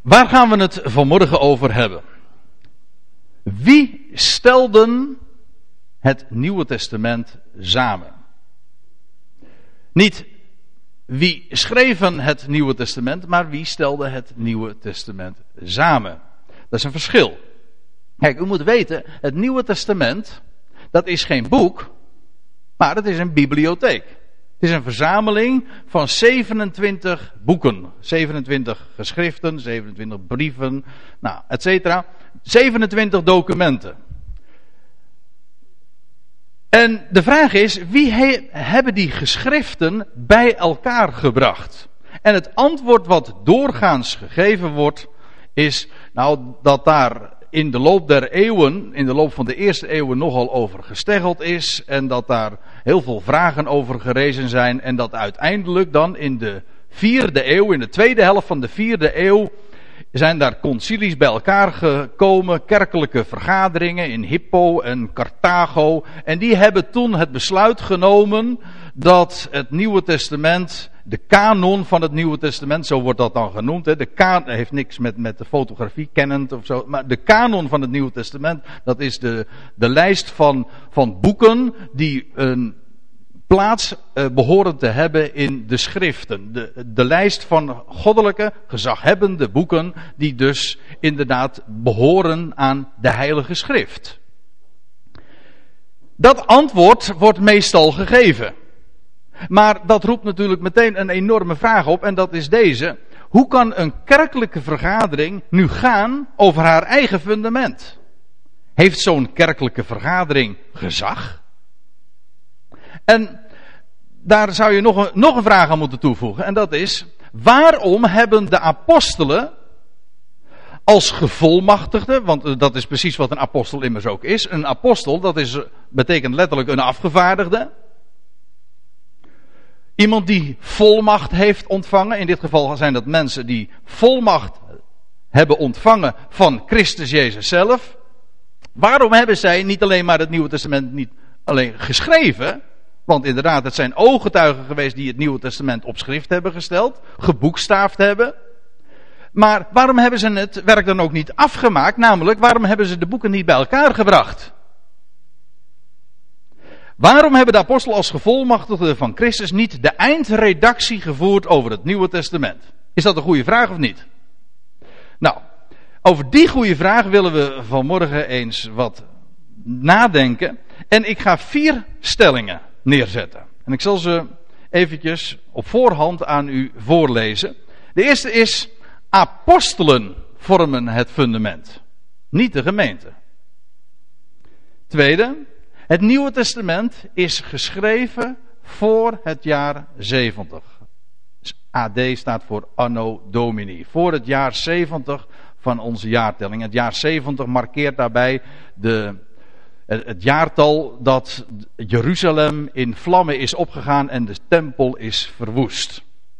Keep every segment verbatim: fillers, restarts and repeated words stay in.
Waar gaan we het vanmorgen over hebben? Wie stelden het Nieuwe Testament samen? Niet wie schreven het Nieuwe Testament, maar wie stelde het Nieuwe Testament samen? Dat is een verschil. Kijk, u moet weten, het Nieuwe Testament, dat is geen boek, maar het is een bibliotheek. Het is een verzameling van zevenentwintig boeken. zevenentwintig geschriften, zevenentwintig brieven, nou, et cetera. zevenentwintig documenten. En de vraag is, wie he, hebben die geschriften bij elkaar gebracht? En het antwoord wat doorgaans gegeven wordt, is nou dat daar in de loop der eeuwen, in de loop van de eerste eeuwen nogal over gesteggeld is. En dat daar heel veel vragen over gerezen zijn. En dat uiteindelijk dan in de vierde eeuw, in de tweede helft van de vierde eeuw, zijn daar concilies bij elkaar gekomen, kerkelijke vergaderingen in Hippo en Carthago. En die hebben toen het besluit genomen dat het Nieuwe Testament, de kanon van het Nieuwe Testament, zo wordt dat dan genoemd. Hè. De kanon heeft niks met, met de fotografie kennend of zo. Maar de kanon van het Nieuwe Testament, dat is de, de lijst van, van boeken die een plaats uh, behoren te hebben in de schriften. De, de lijst van goddelijke, gezaghebbende boeken die dus inderdaad behoren aan de Heilige Schrift. Dat antwoord wordt meestal gegeven. Maar dat roept natuurlijk meteen een enorme vraag op en dat is deze. Hoe kan een kerkelijke vergadering nu gaan over haar eigen fundament? Heeft zo'n kerkelijke vergadering gezag? En daar zou je nog een, nog een vraag aan moeten toevoegen. En dat is, waarom hebben de apostelen als gevolmachtigde, want dat is precies wat een apostel immers ook is. Een apostel, dat is, betekent letterlijk een afgevaardigde. Iemand die volmacht heeft ontvangen. In dit geval zijn dat mensen die volmacht hebben ontvangen van Christus Jezus zelf. Waarom hebben zij niet alleen maar het Nieuwe Testament niet alleen geschreven? Want inderdaad, het zijn ooggetuigen geweest die het Nieuwe Testament op schrift hebben gesteld. Geboekstaafd hebben. Maar waarom hebben ze het werk dan ook niet afgemaakt? Namelijk, waarom hebben ze de boeken niet bij elkaar gebracht? Waarom hebben de apostelen als gevolmachtigden van Christus niet de eindredactie gevoerd over het Nieuwe Testament? Is dat een goede vraag of niet? Nou, over die goede vraag willen we vanmorgen eens wat nadenken. En ik ga vier stellingen neerzetten. En ik zal ze eventjes op voorhand aan u voorlezen. De eerste is, apostelen vormen het fundament, niet de gemeente. Tweede, het Nieuwe Testament is geschreven voor het jaar zeventig. A D staat voor Anno Domini. Voor het jaar zeventig van onze jaartelling. Het jaar zeventig markeert daarbij de, het jaartal dat Jeruzalem in vlammen is opgegaan en de tempel is verwoest.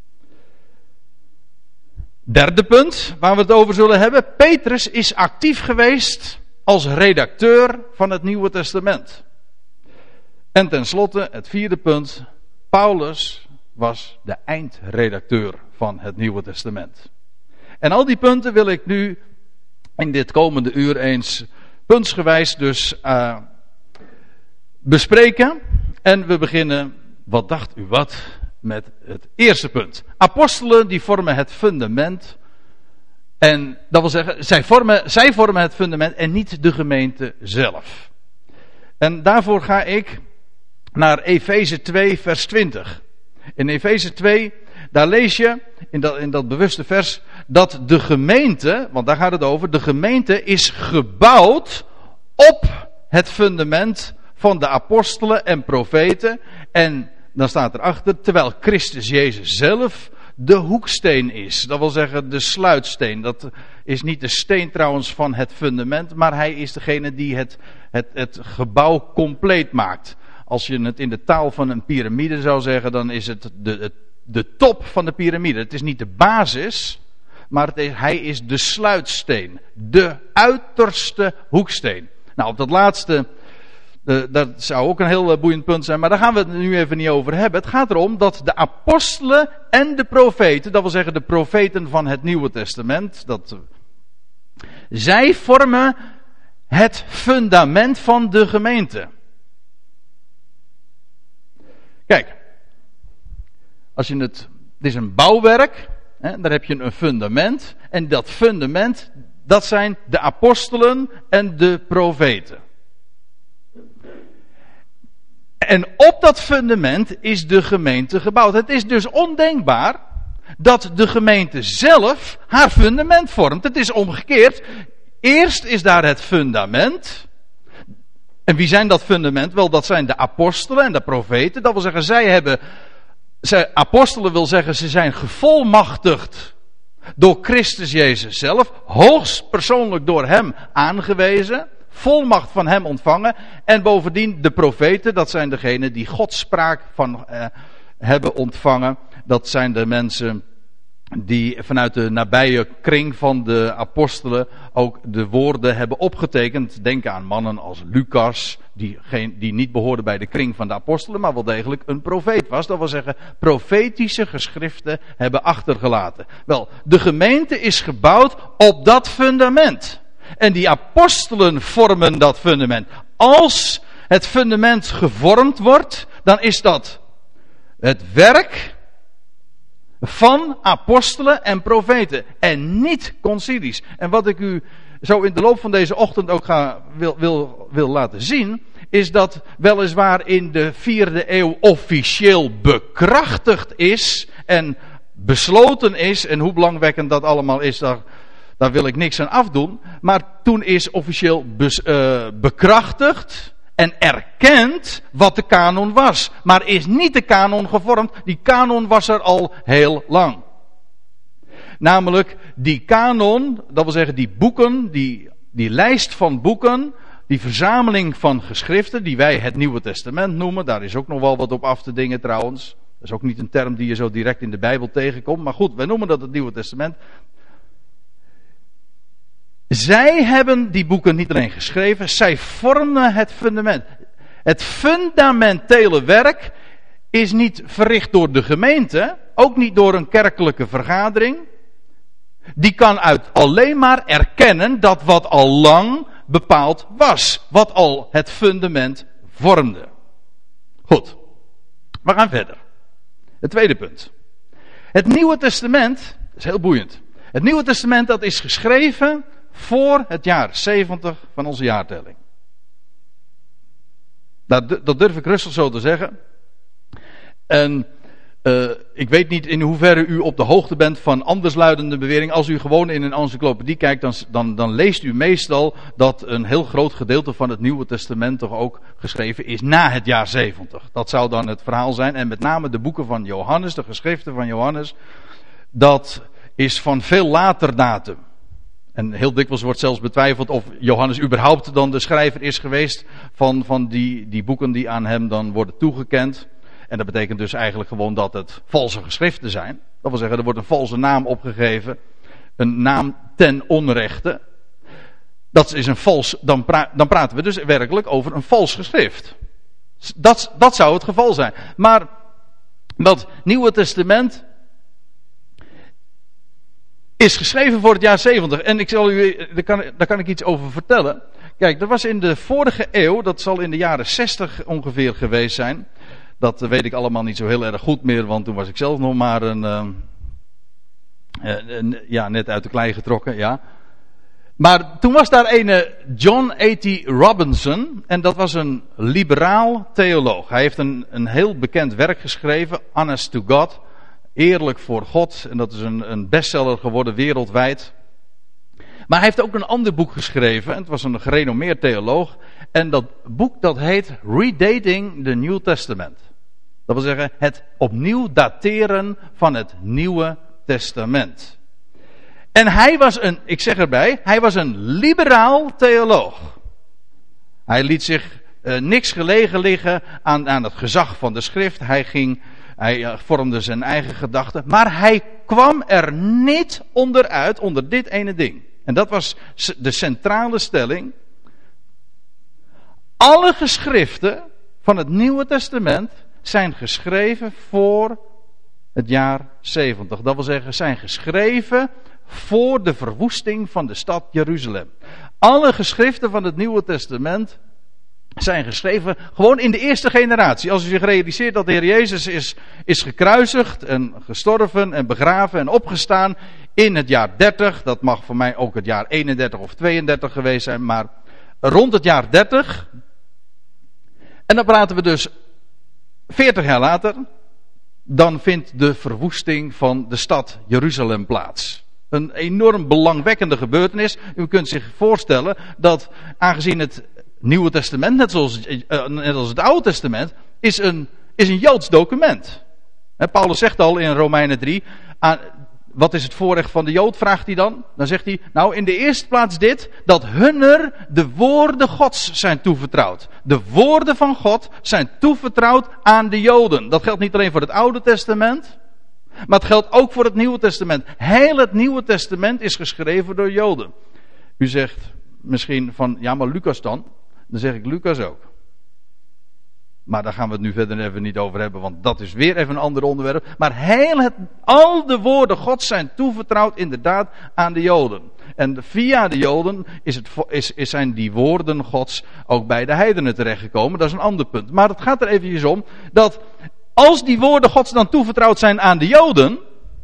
Derde punt waar we het over zullen hebben. Petrus is actief geweest als redacteur van het Nieuwe Testament. En tenslotte het vierde punt. Paulus was de eindredacteur van het Nieuwe Testament. En al die punten wil ik nu in dit komende uur eens puntsgewijs dus uh, bespreken. En we beginnen, wat dacht u wat, met het eerste punt. Apostelen die vormen het fundament. En dat wil zeggen, zij vormen, zij vormen het fundament en niet de gemeente zelf. En daarvoor ga ik naar Efeze twee vers twintig. In Efeze twee, daar lees je, in dat, in dat bewuste vers, dat de gemeente, want daar gaat het over, de gemeente is gebouwd op het fundament van de apostelen en profeten. En dan staat erachter, terwijl Christus Jezus zelf de hoeksteen is. Dat wil zeggen de sluitsteen. Dat is niet de steen trouwens van het fundament, maar hij is degene die het, het, het gebouw compleet maakt. Als je het in de taal van een piramide zou zeggen, dan is het de, de, de top van de piramide. Het is niet de basis, maar het is, hij is de sluitsteen. De uiterste hoeksteen. Nou, op dat laatste, De, dat zou ook een heel boeiend punt zijn, maar daar gaan we het nu even niet over hebben. Het gaat erom dat de apostelen en de profeten, dat wil zeggen de profeten van het Nieuwe Testament, dat, zij vormen het fundament van de gemeente. Kijk, als je het, het is een bouwwerk, hè, daar heb je een fundament, en dat fundament, dat zijn de apostelen en de profeten. En op dat fundament is de gemeente gebouwd. Het is dus ondenkbaar dat de gemeente zelf haar fundament vormt. Het is omgekeerd. Eerst is daar het fundament. En wie zijn dat fundament? Wel, dat zijn de apostelen en de profeten. Dat wil zeggen, zij hebben... Zij, apostelen wil zeggen, ze zijn gevolmachtigd door Christus Jezus zelf. Hoogst persoonlijk door hem aangewezen. Volmacht van hem ontvangen. En bovendien de profeten, dat zijn degenen die Gods spraak van eh, hebben ontvangen. Dat zijn de mensen die vanuit de nabije kring van de apostelen ook de woorden hebben opgetekend. Denk aan mannen als Lucas, die, geen, die niet behoorde bij de kring van de apostelen, maar wel degelijk een profeet was. Dat wil zeggen, profetische geschriften hebben achtergelaten. Wel, de gemeente is gebouwd op dat fundament. En die apostelen vormen dat fundament. Als het fundament gevormd wordt, dan is dat het werk van apostelen en profeten. En niet concilies. En wat ik u zo in de loop van deze ochtend ook ga, wil, wil, wil laten zien, is dat weliswaar in de vierde eeuw officieel bekrachtigd is en besloten is. En hoe belangwekkend dat allemaal is, daar, daar wil ik niks aan afdoen. Maar toen is officieel bes, uh, bekrachtigd en erkend wat de kanon was. Maar is niet de kanon gevormd. Die kanon was er al heel lang. Namelijk die kanon, dat wil zeggen die boeken, die, die lijst van boeken, die verzameling van geschriften, die wij het Nieuwe Testament noemen. Daar is ook nog wel wat op af te dingen trouwens. Dat is ook niet een term die je zo direct in de Bijbel tegenkomt. Maar goed, wij noemen dat het Nieuwe Testament. Zij hebben die boeken niet alleen geschreven, zij vormen het fundament. Het fundamentele werk is niet verricht door de gemeente, ook niet door een kerkelijke vergadering. Die kan uit alleen maar erkennen dat wat al lang bepaald was, wat al het fundament vormde. Goed, we gaan verder. Het tweede punt. Het Nieuwe Testament, dat is heel boeiend. Het Nieuwe Testament dat is geschreven voor het jaar zeventig van onze jaartelling. Dat, dat durf ik rustig zo te zeggen. En uh, ik weet niet in hoeverre u op de hoogte bent van andersluidende beweringen. Als u gewoon in een encyclopedie kijkt, dan, dan, dan leest u meestal dat een heel groot gedeelte van het Nieuwe Testament toch ook geschreven is na het jaar zeventig. Dat zou dan het verhaal zijn. En met name de boeken van Johannes, de geschriften van Johannes, dat is van veel later datum. En heel dikwijls wordt zelfs betwijfeld of Johannes überhaupt dan de schrijver is geweest van, van die, die boeken die aan hem dan worden toegekend. En dat betekent dus eigenlijk gewoon dat het valse geschriften zijn. Dat wil zeggen, er wordt een valse naam opgegeven. Een naam ten onrechte. Dat is een vals, dan, pra, dan praten we dus werkelijk over een vals geschrift. Dat, dat zou het geval zijn. Maar dat Nieuwe Testament is geschreven voor het jaar zeventig. En ik zal u, daar kan, daar kan ik iets over vertellen. Kijk, dat was in de vorige eeuw, dat zal in de jaren zestig ongeveer geweest zijn. Dat weet ik allemaal niet zo heel erg goed meer, want toen was ik zelf nog maar een, uh, een ja, net uit de klei getrokken, ja. Maar toen was daar een John A T Robinson, en dat was een liberaal theoloog. Hij heeft een, een heel bekend werk geschreven, Honest to God. Eerlijk voor God. En dat is een, een bestseller geworden wereldwijd. Maar hij heeft ook een ander boek geschreven. En het was een gerenommeerd theoloog. En dat boek dat heet Redating the New Testament. Dat wil zeggen het opnieuw dateren van het Nieuwe Testament. En hij was een, ik zeg erbij, hij was een liberaal theoloog. Hij liet zich uh, niks gelegen liggen aan, aan het gezag van de schrift. Hij ging... Hij vormde zijn eigen gedachten. Maar hij kwam er niet onderuit onder dit ene ding. En dat was de centrale stelling. Alle geschriften van het Nieuwe Testament zijn geschreven voor het jaar zeventig. Dat wil zeggen, zijn geschreven voor de verwoesting van de stad Jeruzalem. Alle geschriften van het Nieuwe Testament zijn geschreven gewoon in de eerste generatie. Als u zich realiseert dat de Heer Jezus is, is gekruisigd en gestorven en begraven en opgestaan in het jaar dertig. Dat mag voor mij ook het jaar eenendertig of tweeëndertig geweest zijn, maar rond het jaar dertig. En dan praten we dus veertig jaar later. Dan vindt de verwoesting van de stad Jeruzalem plaats. Een enorm belangwekkende gebeurtenis. U kunt zich voorstellen dat aangezien het Nieuwe Testament, net zoals, uh, net als het Oude Testament, is een, is een Joods document. He, Paulus zegt al in Romeinen drie, aan, wat is het voorrecht van de Jood, vraagt hij dan. Dan zegt hij, nou in de eerste plaats dit, dat hunner de woorden Gods zijn toevertrouwd. De woorden van God zijn toevertrouwd aan de Joden. Dat geldt niet alleen voor het Oude Testament, maar het geldt ook voor het Nieuwe Testament. Heel het Nieuwe Testament is geschreven door Joden. U zegt misschien van, ja maar Lucas dan? Dan zeg ik Lucas ook. Maar daar gaan we het nu verder even niet over hebben, want dat is weer even een ander onderwerp. Maar heel het, al de woorden Gods zijn toevertrouwd inderdaad aan de Joden. En via de Joden is het, is, is zijn die woorden Gods ook bij de heidenen terechtgekomen. Dat is een ander punt. Maar het gaat er eventjes om dat als die woorden Gods dan toevertrouwd zijn aan de Joden,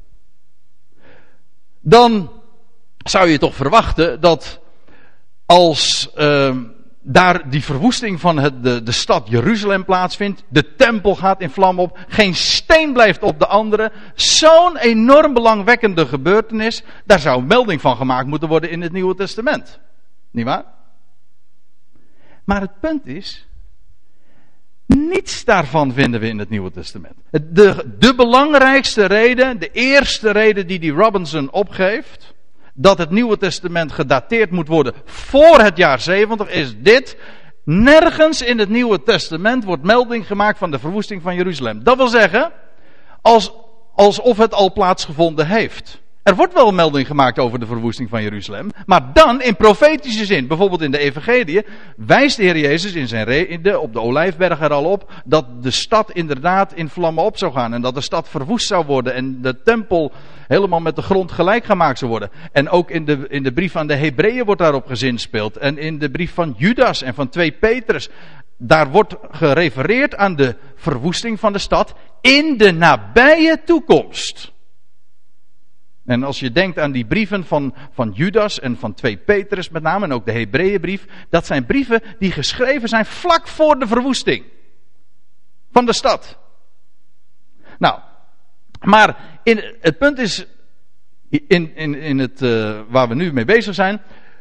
dan zou je toch verwachten dat als Uh, daar die verwoesting van het, de, de stad Jeruzalem plaatsvindt. De tempel gaat in vlam op. Geen steen blijft op de andere. Zo'n enorm belangwekkende gebeurtenis. Daar zou melding van gemaakt moeten worden in het Nieuwe Testament. Niet waar? Maar het punt is, niets daarvan vinden we in het Nieuwe Testament. De, de belangrijkste reden, de eerste reden die die Robinson opgeeft, dat het Nieuwe Testament gedateerd moet worden voor het jaar zeventig, is dit. Nergens in het Nieuwe Testament wordt melding gemaakt van de verwoesting van Jeruzalem. Dat wil zeggen, als, alsof het al plaatsgevonden heeft. Er wordt wel melding gemaakt over de verwoesting van Jeruzalem, maar dan in profetische zin. Bijvoorbeeld in de Evangelie wijst de Heer Jezus in zijn reden op de Olijfberg er al op dat de stad inderdaad in vlammen op zou gaan en dat de stad verwoest zou worden en de tempel helemaal met de grond gelijk gemaakt zou worden. En ook in de, in de brief aan de Hebreeën wordt daarop gezinspeeld en in de brief van Judas en van twee Petrus. Daar wordt gerefereerd aan de verwoesting van de stad in de nabije toekomst. En als je denkt aan die brieven van, van Judas en van twee Petrus met name, en ook de Hebreeënbrief, dat zijn brieven die geschreven zijn vlak voor de verwoesting van de stad. Nou, maar in, het punt is, in, in, in het, uh, waar we nu mee bezig zijn,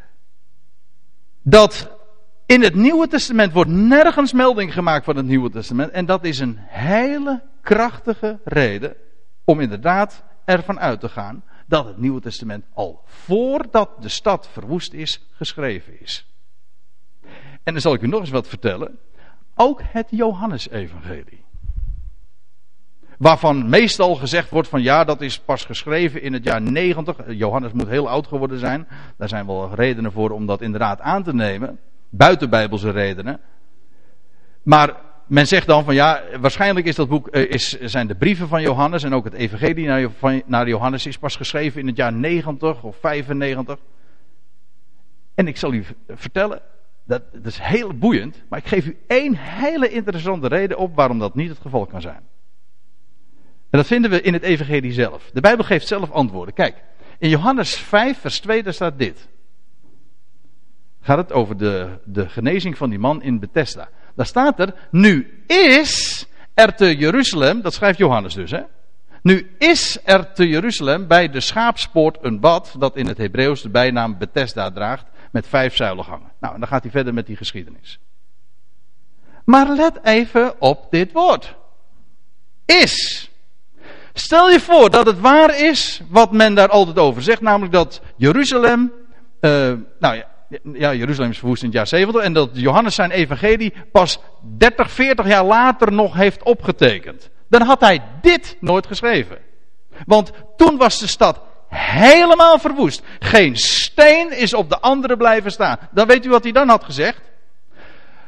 dat in het Nieuwe Testament wordt nergens melding gemaakt van het Nieuwe Testament. En dat is een hele krachtige reden om inderdaad ervan uit te gaan dat het Nieuwe Testament al voordat de stad verwoest is, geschreven is. En dan zal ik u nog eens wat vertellen. Ook het Johannesevangelie. Waarvan meestal gezegd wordt van ja, dat is pas geschreven in het jaar negentig. Johannes moet heel oud geworden zijn. Daar zijn wel redenen voor om dat inderdaad aan te nemen. Buitenbijbelse redenen. Maar men zegt dan van ja, waarschijnlijk is dat boek, is, zijn de brieven van Johannes en ook het evangelie naar, naar Johannes is pas geschreven in het jaar negentig of vijfennegentig. En ik zal u vertellen, dat, dat is heel boeiend, maar ik geef u één hele interessante reden op waarom dat niet het geval kan zijn. En dat vinden we in het evangelie zelf. De Bijbel geeft zelf antwoorden. Kijk, in Johannes vijf vers twee daar staat dit. Gaat het over de, de genezing van die man in Bethesda. Daar staat er, nu is er te Jeruzalem, dat schrijft Johannes dus, hè. Nu is er te Jeruzalem bij de schaapspoort een bad, dat in het Hebreeuws de bijnaam Bethesda draagt, met vijf zuilengangen. Nou, en dan gaat hij verder met die geschiedenis. Maar let even op dit woord. Is. Stel je voor dat het waar is wat men daar altijd over zegt, namelijk dat Jeruzalem, uh, nou ja, Ja, Jeruzalem is verwoest in het jaar zeventig. En dat Johannes zijn evangelie pas dertig, veertig jaar later nog heeft opgetekend. Dan had hij dit nooit geschreven. Want toen was de stad helemaal verwoest. Geen steen is op de andere blijven staan. Dan weet u wat hij dan had gezegd?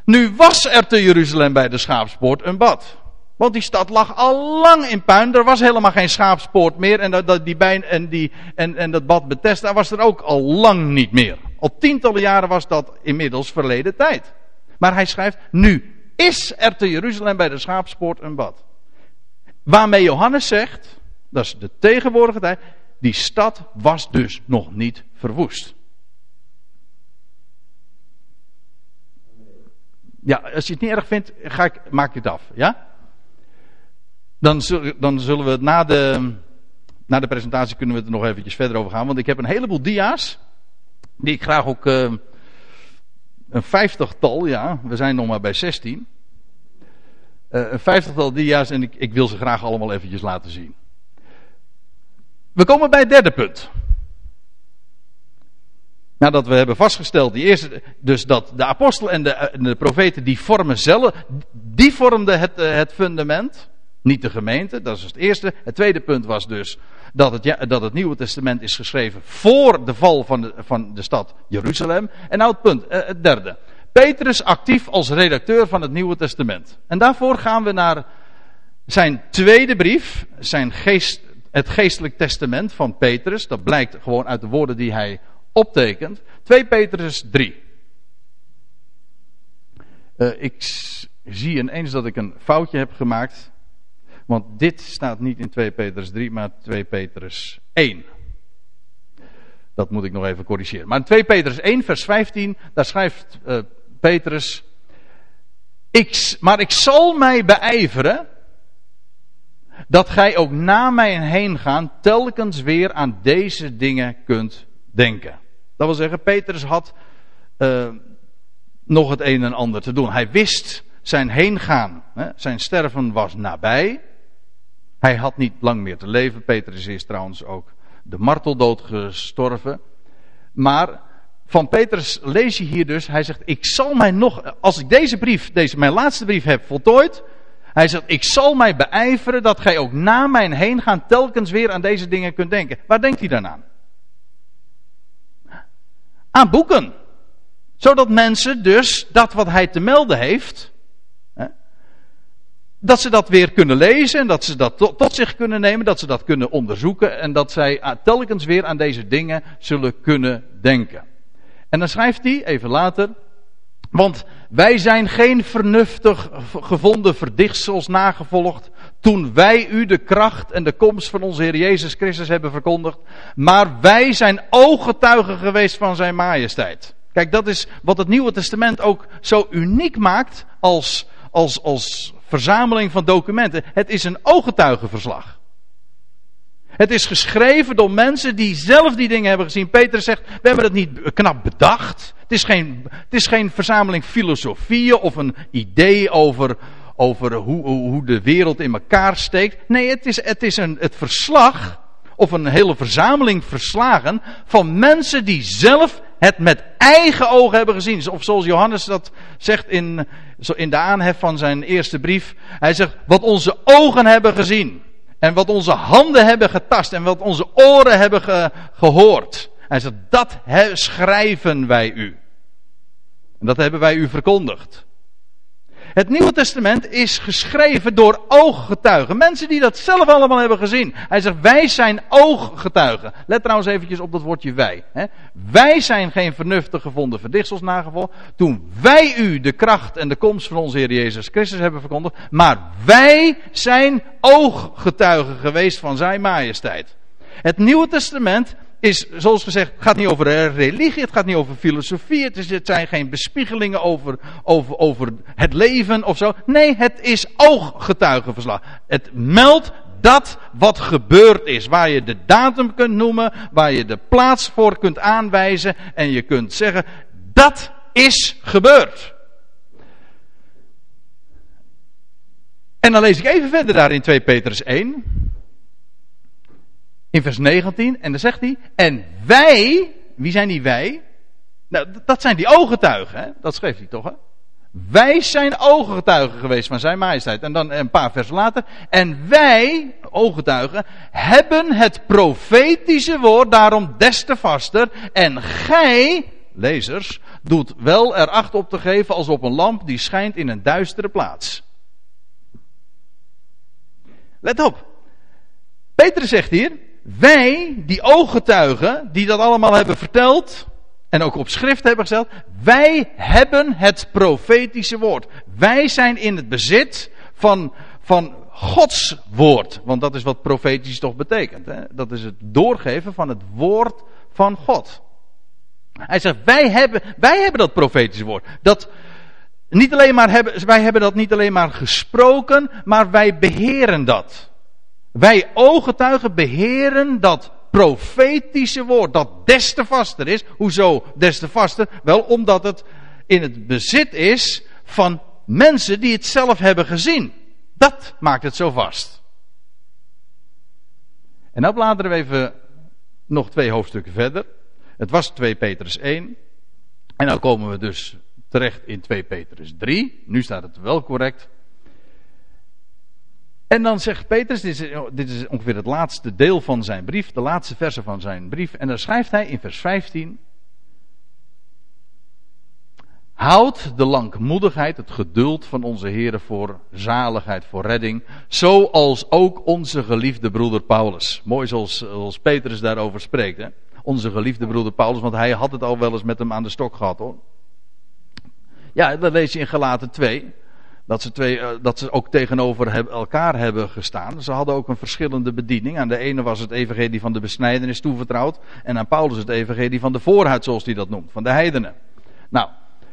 Nu was er te Jeruzalem bij de Schaapspoort een bad. Want die stad lag al lang in puin. Er was helemaal geen Schaapspoort meer. En dat, die bij, en, die, en, en dat bad Bethesda was er ook al lang niet meer. Al tientallen jaren was dat inmiddels verleden tijd. Maar hij schrijft, nu is er te Jeruzalem bij de Schaapspoort een bad. Waarmee Johannes zegt, dat is de tegenwoordige tijd, die stad was dus nog niet verwoest. Ja, als je het niet erg vindt, ga ik, maak ik het af. Ja? Dan, dan zullen we het na de, na de presentatie kunnen we het er nog eventjes verder over gaan. Want ik heb een heleboel dia's. Die ik graag ook uh, een vijftigtal, ja, we zijn nog maar bij zestien. Uh, een vijftigtal dia's en ik, ik wil ze graag allemaal eventjes laten zien. We komen bij het derde punt. Nadat we hebben vastgesteld, die eerste, dus dat de apostel en de, en de profeten die vormen zelf, die vormden het, het fundament. Niet de gemeente, dat is het eerste. Het tweede punt was dus dat het, ja, dat het Nieuwe Testament is geschreven voor de val van de, van de stad Jeruzalem. En nou het punt, eh, het derde. Petrus actief als redacteur van het Nieuwe Testament. En daarvoor gaan we naar zijn tweede brief, zijn geest, het geestelijk testament van Petrus. Dat blijkt gewoon uit de woorden die hij optekent. twee Petrus drie. Uh, ik s- zie ineens dat ik een foutje heb gemaakt. Want dit staat niet in twee Petrus drie, maar twee Petrus één. Dat moet ik nog even corrigeren. Maar in twee Petrus één, vers vijftien, daar schrijft uh, Petrus: ik, maar ik zal mij beijveren dat gij ook na mij heen gaan telkens weer aan deze dingen kunt denken. Dat wil zeggen, Petrus had uh, nog het een en ander te doen. Hij wist zijn heengaan, hè, zijn sterven was nabij. Hij had niet lang meer te leven. Petrus is trouwens ook de marteldood gestorven. Maar van Petrus lees je hier dus, hij zegt, ik zal mij nog, als ik deze brief, deze mijn laatste brief heb voltooid, hij zegt, ik zal mij beijveren dat gij ook na mijn heengaan telkens weer aan deze dingen kunt denken. Waar denkt hij dan aan? Aan boeken. Zodat mensen dus dat wat hij te melden heeft, hè, dat ze dat weer kunnen lezen en dat ze dat tot, tot zich kunnen nemen, dat ze dat kunnen onderzoeken en dat zij telkens weer aan deze dingen zullen kunnen denken. En dan schrijft hij, even later, want wij zijn geen vernuftig gevonden verdichtsels nagevolgd toen wij u de kracht en de komst van onze Heer Jezus Christus hebben verkondigd, maar wij zijn ooggetuigen geweest van zijn majesteit. Kijk, dat is wat het Nieuwe Testament ook zo uniek maakt als, als, als verzameling van documenten. Het is een ooggetuigenverslag. Het is geschreven door mensen die zelf die dingen hebben gezien. Petrus zegt, we hebben het niet knap bedacht. Het is geen, het is geen verzameling filosofieën of een idee over, over hoe, hoe de wereld in elkaar steekt. Nee, het is, het is een, het verslag, of een hele verzameling verslagen van mensen die zelf het met eigen ogen hebben gezien. Of zoals Johannes dat zegt in, in de aanhef van zijn eerste brief. Hij zegt, wat onze ogen hebben gezien. En wat onze handen hebben getast. En wat onze oren hebben ge, gehoord. Hij zegt, dat he, schrijven wij u. En dat hebben wij u verkondigd. Het Nieuwe Testament is geschreven door ooggetuigen. Mensen die dat zelf allemaal hebben gezien. Hij zegt, wij zijn ooggetuigen. Let trouwens eventjes op dat woordje wij. Hè. Wij zijn geen vernuftig gevonden verdichtsels nagevolgd. Toen wij u de kracht en de komst van onze Heer Jezus Christus hebben verkondigd. Maar wij zijn ooggetuigen geweest van zijn majesteit. Het Nieuwe Testament is, zoals gezegd, het gaat niet over religie, het gaat niet over filosofie, het, is, het zijn geen bespiegelingen over, over, over het leven of zo. Nee, het is ooggetuigenverslag. Het meldt dat wat gebeurd is, waar je de datum kunt noemen, waar je de plaats voor kunt aanwijzen en je kunt zeggen, dat is gebeurd. En dan lees ik even verder daar in twee Petrus één. In vers negentien, en dan zegt hij, en wij, wie zijn die wij? Nou, dat zijn die ooggetuigen, hè? Dat schreef hij toch, hè? Wij zijn ooggetuigen geweest van zijn majesteit. En dan een paar versen later, en wij, ooggetuigen, hebben het profetische woord daarom des te vaster, en gij lezers, doet wel er acht op te geven als op een lamp die schijnt in een duistere plaats. Let op. Petrus zegt hier, wij, die ooggetuigen, die dat allemaal hebben verteld, en ook op schrift hebben gesteld, wij hebben het profetische woord. Wij zijn in het bezit van, van Gods woord. Want dat is wat profetisch toch betekent. Hè? Dat is het doorgeven van het woord van God. Hij zegt, wij hebben, wij hebben dat profetische woord. Dat niet alleen maar hebben, wij hebben dat niet alleen maar gesproken, maar wij beheren dat. Wij ooggetuigen beheren dat profetische woord, dat des te vaster is. Hoezo des te vaster? Wel, omdat het in het bezit is van mensen die het zelf hebben gezien. Dat maakt het zo vast. En dan bladeren we even nog twee hoofdstukken verder. Het was twee Petrus één. En dan komen we dus terecht in twee Petrus drie. Nu staat het wel correct. En dan zegt Petrus, dit is, dit is ongeveer het laatste deel van zijn brief, de laatste verse van zijn brief. En dan schrijft hij in vers vijftien. Houd de langmoedigheid, het geduld van onze Heere voor zaligheid, voor redding. Zoals ook onze geliefde broeder Paulus. Mooi zoals, zoals Petrus daarover spreekt. Hè? Onze geliefde broeder Paulus, want hij had het al wel eens met hem aan de stok gehad hoor. Ja, dat lees je in Galaten twee. Dat ze, twee, dat ze ook tegenover elkaar hebben gestaan. Ze hadden ook een verschillende bediening. Aan de ene was het evangelie van de besnijdenis toevertrouwd. En aan Paulus het evangelie van de voorhuid, zoals hij dat noemt. Van de heidenen. Nou,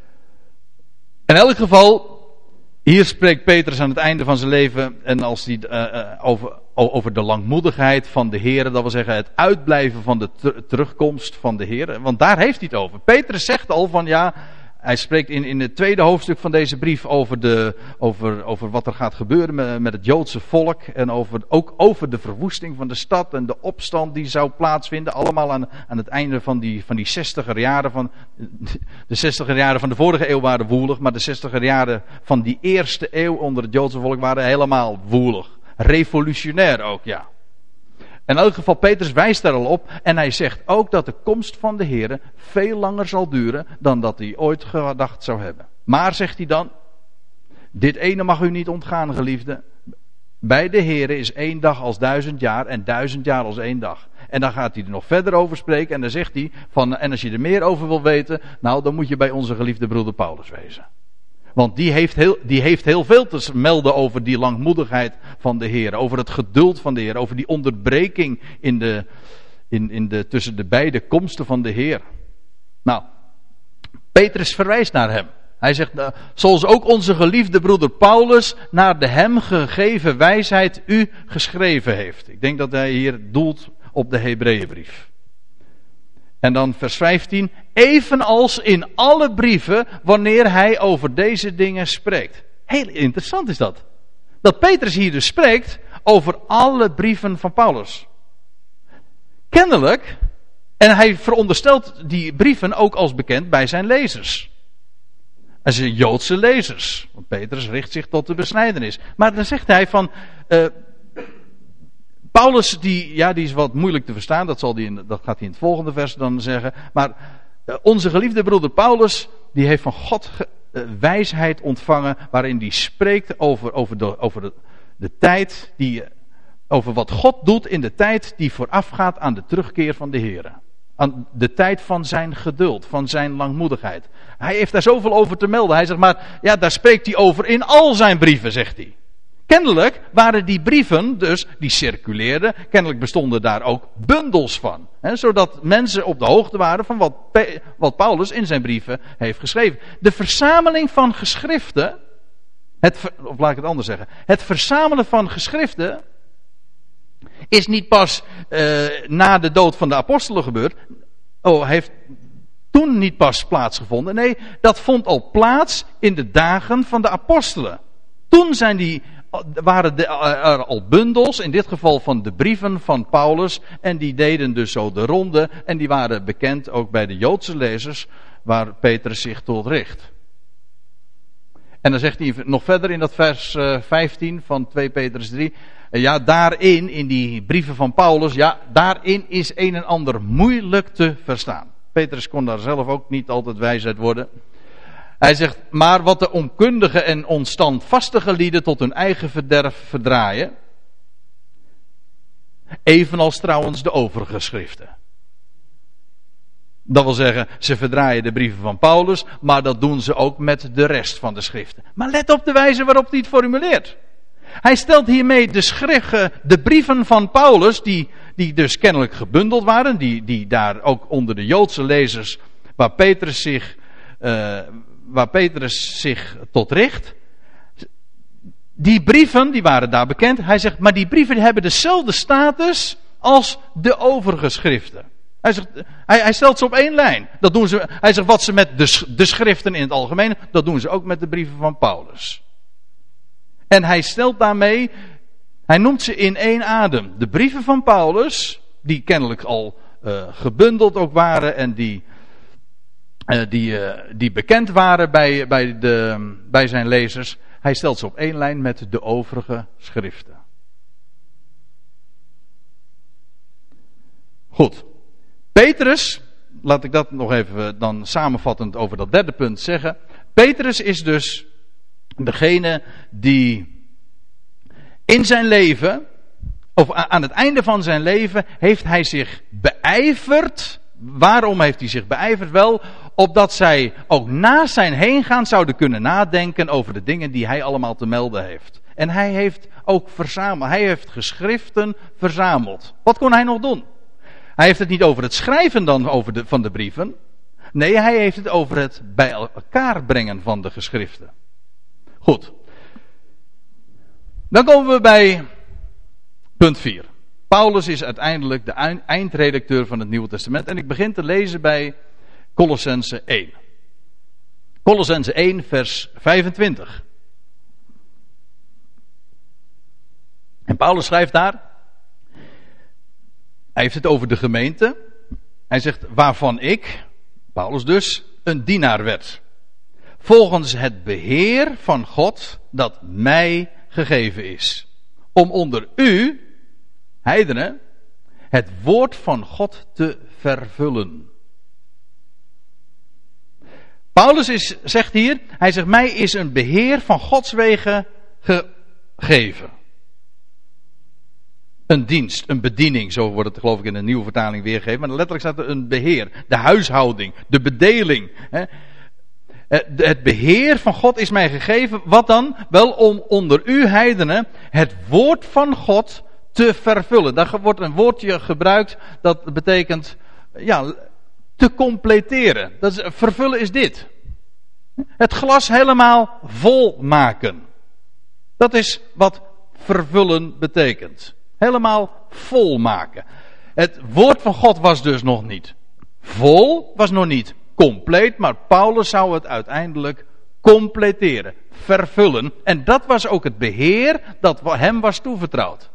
in elk geval, hier spreekt Petrus aan het einde van zijn leven. En als hij uh, uh, over, over de langmoedigheid van de Heer. Dat wil zeggen het uitblijven van de ter- terugkomst van de Heer. Want daar heeft hij het over. Petrus zegt al van ja. Hij spreekt in, in het tweede hoofdstuk van deze brief over, de, over, over wat er gaat gebeuren met, met het Joodse volk. En over, ook over de verwoesting van de stad en de opstand die zou plaatsvinden. Allemaal aan, aan het einde van die, van die zestiger jaren. Van, de zestiger jaren van de vorige eeuw waren woelig. Maar de zestiger jaren van die eerste eeuw onder het Joodse volk waren helemaal woelig. Revolutionair ook, ja. In elk geval, Petrus wijst daar al op. En hij zegt ook dat de komst van de Heere veel langer zal duren dan dat hij ooit gedacht zou hebben. Maar, zegt hij dan, dit ene mag u niet ontgaan, geliefde. Bij de Heere is één dag als duizend jaar en duizend jaar als één dag. En dan gaat hij er nog verder over spreken en dan zegt hij, van, en als je er meer over wil weten, nou dan moet je bij onze geliefde broeder Paulus wezen. Want die heeft, heel, die heeft heel veel te melden over die langmoedigheid van de Heer. Over het geduld van de Heer. Over die onderbreking in de, in, in de, tussen de beide komsten van de Heer. Nou, Petrus verwijst naar hem. Hij zegt, uh, zoals ook onze geliefde broeder Paulus naar de hem gegeven wijsheid u geschreven heeft. Ik denk dat hij hier doelt op de Hebreeënbrief. En dan vers vijftien. Evenals in alle brieven wanneer hij over deze dingen spreekt. Heel interessant is dat. Dat Petrus hier dus spreekt over alle brieven van Paulus. Kennelijk. En hij veronderstelt die brieven ook als bekend bij zijn lezers. En zijn Joodse lezers. Want Petrus richt zich tot de besnijdenis. Maar dan zegt hij van... Uh, Paulus, die, ja, die is wat moeilijk te verstaan. Dat, zal die in, dat gaat hij in het volgende vers dan zeggen. Maar uh, onze geliefde broeder Paulus, die heeft van God ge, uh, wijsheid ontvangen. Waarin hij spreekt over, over, de, over de, de tijd. Die, over wat God doet in de tijd die voorafgaat aan de terugkeer van de Heer. Aan de tijd van zijn geduld, van zijn langmoedigheid. Hij heeft daar zoveel over te melden. Hij zegt maar, ja, daar spreekt hij over in al zijn brieven, zegt hij. Kennelijk waren die brieven dus, die circuleerden, kennelijk bestonden daar ook bundels van. Hè, zodat mensen op de hoogte waren van wat, wat Paulus in zijn brieven heeft geschreven. De verzameling van geschriften, het, of laat ik het anders zeggen, het verzamelen van geschriften is niet pas uh, na de dood van de apostelen gebeurd. Oh, heeft toen niet pas plaatsgevonden. Nee, dat vond al plaats in de dagen van de apostelen. Toen zijn die... waren de, er al bundels, in dit geval van de brieven van Paulus, en die deden dus zo de ronde, en die waren bekend ook bij de Joodse lezers, waar Petrus zich tot richt. En dan zegt hij nog verder in dat vers vijftien van twee Petrus drie, ja, daarin, in die brieven van Paulus, ja, daarin is een en ander moeilijk te verstaan. Petrus kon daar zelf ook niet altijd wijs uit worden. Hij zegt, maar wat de onkundige en onstandvastige lieden tot hun eigen verderf verdraaien. Evenals trouwens de overige schriften. Dat wil zeggen, ze verdraaien de brieven van Paulus, maar dat doen ze ook met de rest van de schriften. Maar let op de wijze waarop hij het formuleert. Hij stelt hiermee de, schrift, de brieven van Paulus, die, die dus kennelijk gebundeld waren, die, die daar ook onder de Joodse lezers, waar Petrus zich, uh, waar Petrus zich tot richt. Die brieven, die waren daar bekend. Hij zegt, maar die brieven hebben dezelfde status als de overige schriften. Hij, zegt, hij, hij stelt ze op één lijn. Dat doen ze, hij zegt, wat ze met de, de schriften in het algemeen, dat doen ze ook met de brieven van Paulus. En hij stelt daarmee, hij noemt ze in één adem. De brieven van Paulus, die kennelijk al uh, gebundeld ook waren en die, uh, die, uh, die bekend waren bij, bij, de, bij zijn lezers. Hij stelt ze op één lijn met de overige schriften. Goed. Petrus, laat ik dat nog even dan samenvattend over dat derde punt zeggen. Petrus is dus degene die in zijn leven, of aan het einde van zijn leven, heeft hij zich beijverd. Waarom heeft hij zich beijverd? Wel, opdat zij ook na zijn heengaan zouden kunnen nadenken over de dingen die hij allemaal te melden heeft. En hij heeft ook verzameld, hij heeft geschriften verzameld. Wat kon hij nog doen? Hij heeft het niet over het schrijven dan over de, van de brieven. Nee, hij heeft het over het bij elkaar brengen van de geschriften. Goed. Dan komen we bij punt vier. Paulus is uiteindelijk de eindredacteur van het Nieuwe Testament. En ik begin te lezen bij Kolossenzen één. Kolossenzen één vers vijfentwintig. En Paulus schrijft daar. Hij heeft het over de gemeente. Hij zegt, waarvan ik, Paulus dus, een dienaar werd. Volgens het beheer van God dat mij gegeven is. Om onder u, heidenen, het woord van God te vervullen. Paulus is, zegt hier, hij zegt, mij is een beheer van Gods wegen gegeven. Een dienst, een bediening, zo wordt het geloof ik in een nieuwe vertaling weergegeven. Maar letterlijk staat er een beheer, de huishouding, de bedeling. Hè. Het beheer van God is mij gegeven, wat dan? Wel om onder u heidenen het woord van God te vervullen. Daar wordt een woordje gebruikt dat betekent, ja, te completeren. Dat is, vervullen is dit. Het glas helemaal vol maken. Dat is wat vervullen betekent. Helemaal vol maken. Het woord van God was dus nog niet vol, was nog niet compleet, maar Paulus zou het uiteindelijk completeren, vervullen. En dat was ook het beheer dat hem was toevertrouwd.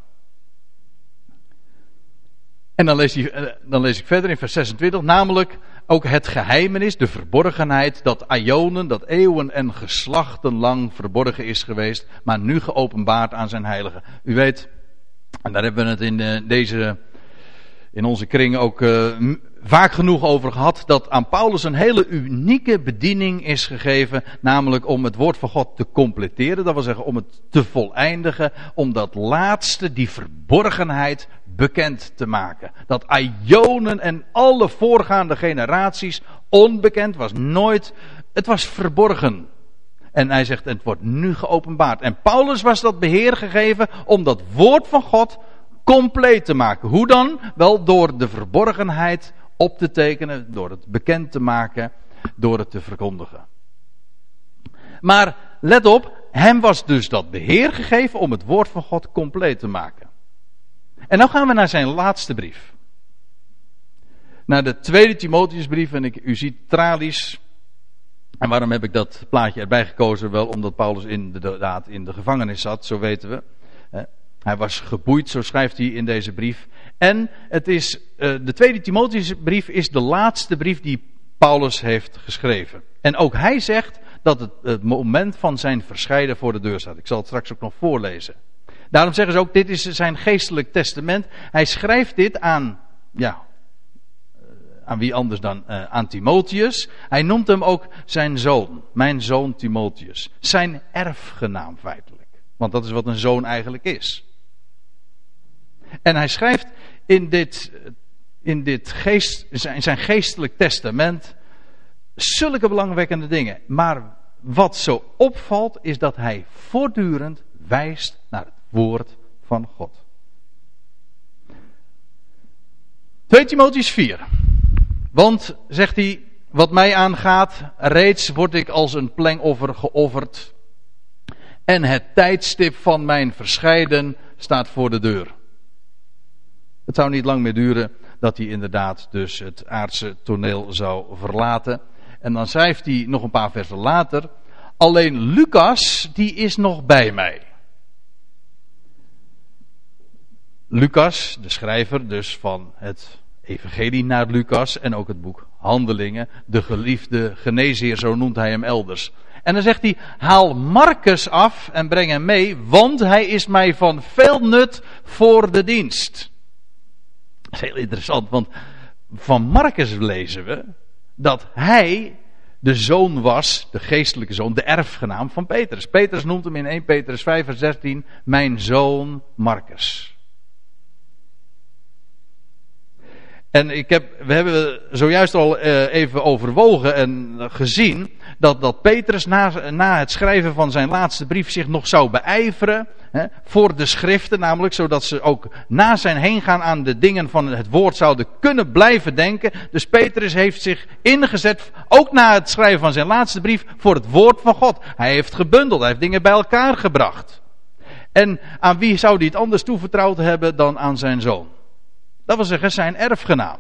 En dan lees, hij, dan lees ik verder in vers zesentwintig, namelijk ook het geheimenis, de verborgenheid, dat aionen, dat eeuwen en geslachten lang verborgen is geweest, maar nu geopenbaard aan zijn heiligen. U weet, en daar hebben we het in uh, deze, in onze kring ook uh, vaak genoeg over gehad, dat aan Paulus een hele unieke bediening is gegeven, namelijk om het woord van God te completeren, dat wil zeggen om het te voleindigen, om dat laatste, die verborgenheid, bekend te maken. Dat aionen en alle voorgaande generaties onbekend was, nooit, het was verborgen. En hij zegt, het wordt nu geopenbaard. En Paulus was dat beheer gegeven om dat woord van God compleet te maken. Hoe dan? Wel door de verborgenheid op te tekenen, door het bekend te maken, door het te verkondigen. Maar let op, hem was dus dat beheer gegeven om het woord van God compleet te maken. En dan gaan we naar zijn laatste brief. Naar de tweede Timotheusbrief, en ik, u ziet tralies. En waarom heb ik dat plaatje erbij gekozen? Wel omdat Paulus inderdaad in de gevangenis zat, zo weten we. Hij was geboeid, zo schrijft hij in deze brief. En het is, de tweede Timotheusbrief is de laatste brief die Paulus heeft geschreven. En ook hij zegt dat het, het moment van zijn verscheiden voor de deur staat. Ik zal het straks ook nog voorlezen. Daarom zeggen ze ook, dit is zijn geestelijk testament. Hij schrijft dit aan, ja, aan wie anders dan uh, aan Timotheus. Hij noemt hem ook zijn zoon. Mijn zoon Timotheus. Zijn erfgenaam feitelijk. Want dat is wat een zoon eigenlijk is. En hij schrijft in dit, in dit geest, zijn, zijn geestelijk testament zulke belangwekkende dingen. Maar wat zo opvalt is dat hij voortdurend wijst naar het woord van God. twee Timotheus vier. Want, zegt hij, wat mij aangaat, reeds word ik als een plengoffer geofferd. En het tijdstip van mijn verscheiden staat voor de deur. Het zou niet lang meer duren dat hij inderdaad dus het aardse toneel zou verlaten. En dan schrijft hij nog een paar versen later. Alleen Lucas, die is nog bij mij. Lucas, de schrijver dus van het evangelie naar Lucas en ook het boek Handelingen, de geliefde geneesheer, zo noemt hij hem elders. En dan zegt hij, haal Marcus af en breng hem mee, want hij is mij van veel nut voor de dienst. Dat is heel interessant, want van Marcus lezen we dat hij de zoon was, de geestelijke zoon, de erfgenaam van Petrus. Petrus noemt hem in eerste Petrus vijf vers zestien, mijn zoon Marcus. En ik heb, we hebben zojuist al uh, even overwogen en gezien dat, dat Petrus na, na het schrijven van zijn laatste brief zich nog zou beijveren hè, voor de schriften, namelijk zodat ze ook na zijn heengaan aan de dingen van het woord zouden kunnen blijven denken. Dus Petrus heeft zich ingezet, ook na het schrijven van zijn laatste brief, voor het woord van God. Hij heeft gebundeld, hij heeft dingen bij elkaar gebracht. En aan wie zou hij het anders toevertrouwd hebben dan aan zijn zoon? Dat wil zeggen zijn erfgenaam.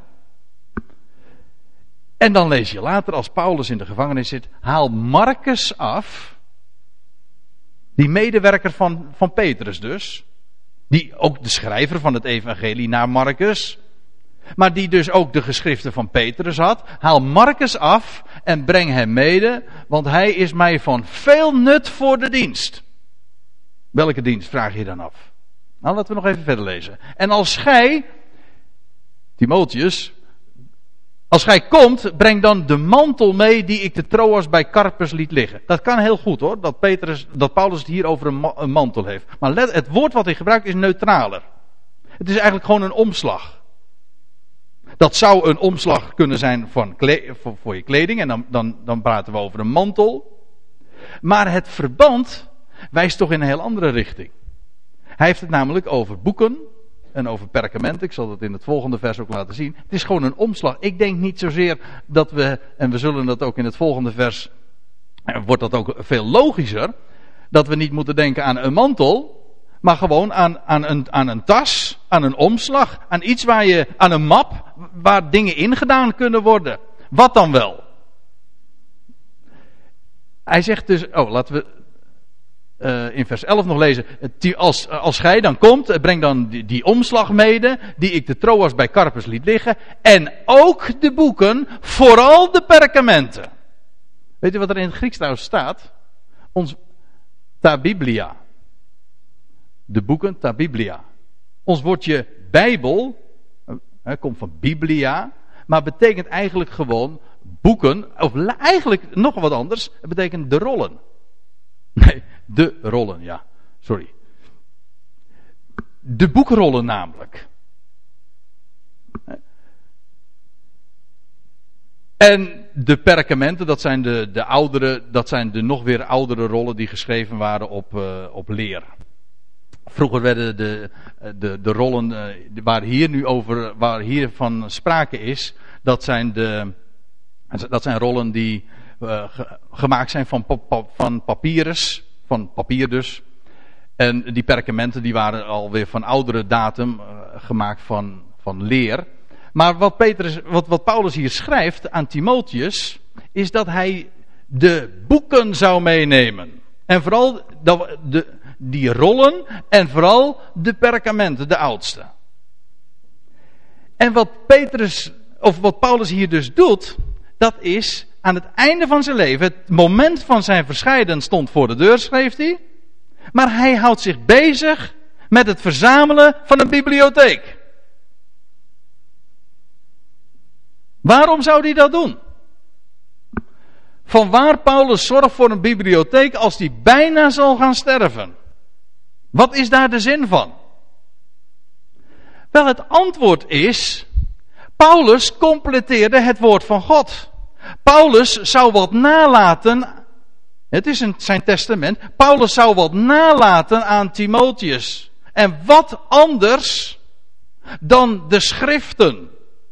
En dan lees je later, als Paulus in de gevangenis zit, haal Marcus af. Die medewerker van, van Petrus dus. Die ook de schrijver van het evangelie naar Marcus. Maar die dus ook de geschriften van Petrus had. Haal Marcus af en breng hem mede, want hij is mij van veel nut voor de dienst. Welke dienst, vraag je dan af? Nou, laten we nog even verder lezen. En als gij, Timotheus, als gij komt, breng dan de mantel mee die ik de Troas bij Carpus liet liggen. Dat kan heel goed hoor, dat, Petrus, dat Paulus het hier over een, ma- een mantel heeft. Maar let, het woord wat hij gebruikt is neutraler. Het is eigenlijk gewoon een omslag. Dat zou een omslag kunnen zijn van kle- voor, voor je kleding en dan, dan, dan praten we over een mantel. Maar het verband wijst toch in een heel andere richting. Hij heeft het namelijk over boeken en over perkamenten. Ik zal dat in het volgende vers ook laten zien. Het is gewoon een omslag. Ik denk niet zozeer dat we, en we zullen dat ook in het volgende vers, wordt dat ook veel logischer, dat we niet moeten denken aan een mantel, maar gewoon aan, aan, een, aan een tas, aan een omslag, aan iets waar je, aan een map, waar dingen ingedaan kunnen worden. Wat dan wel? Hij zegt dus, oh laten we Uh, in vers elf nog lezen. Als, als gij dan komt, breng dan die, die omslag mede, die ik de Troas bij Carpus liet liggen. En ook de boeken, vooral de perkamenten. Weet u wat er in het Grieks trouwens staat? Ons ta biblia. De boeken ta biblia. Ons woordje Bijbel, uh, komt van biblia, maar betekent eigenlijk gewoon boeken, of eigenlijk nog wat anders, het betekent de rollen. Nee, de rollen, ja. Sorry. De boekrollen namelijk. En de perkamenten, dat zijn de, de oudere, dat zijn de nog weer oudere rollen die geschreven waren op, uh, op leer. Vroeger werden de, de, de rollen, uh, waar hier nu over, waar hier van sprake is, dat zijn de, dat zijn rollen die uh, ge, gemaakt zijn van, pa, van papyrus. Van papier dus. En die perkamenten die waren alweer van oudere datum uh, gemaakt van, van leer. Maar wat, Petrus, wat, wat Paulus hier schrijft aan Timotheus, is dat hij de boeken zou meenemen. En vooral de, de, die rollen en vooral de perkamenten, de oudste. En wat Petrus, of wat Paulus hier dus doet, dat is aan het einde van zijn leven, het moment van zijn verscheiden stond voor de deur, schreef hij. Maar hij houdt zich bezig met het verzamelen van een bibliotheek. Waarom zou hij dat doen? Vanwaar Paulus zorgt voor een bibliotheek als hij bijna zal gaan sterven? Wat is daar de zin van? Wel, het antwoord is, Paulus completeerde het woord van God. Paulus zou wat nalaten, het is een, zijn testament, Paulus zou wat nalaten aan Timotheus. En wat anders dan de schriften,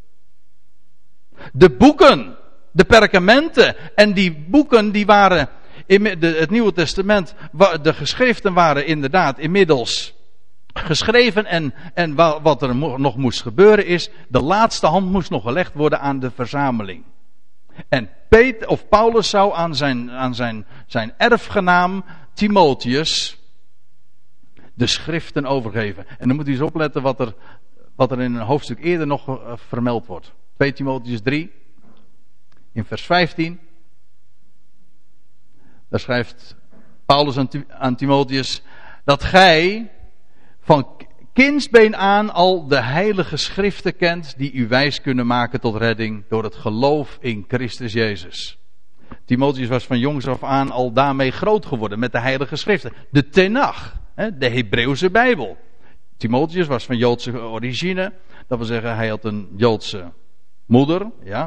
de boeken, de perkamenten. En die boeken die waren, in de, het Nieuwe Testament, de geschriften waren inderdaad inmiddels geschreven. En, en wat er nog moest gebeuren is, de laatste hand moest nog gelegd worden aan de verzameling. En Peter, of Paulus zou aan zijn, aan zijn, zijn erfgenaam Timotheus de schriften overgeven. En dan moet u eens opletten wat er, wat er in een hoofdstuk eerder nog uh, vermeld wordt. twee Timotheus drie, in vers vijftien. Daar schrijft Paulus aan, aan Timotheus dat gij van kindsbeen aan al de heilige schriften kent die u wijs kunnen maken tot redding door het geloof in Christus Jezus. Timotheus was van jongs af aan al daarmee groot geworden met de heilige schriften. De Tenach, de Hebreeuwse Bijbel. Timotheus was van Joodse origine, dat wil zeggen hij had een Joodse moeder, ja.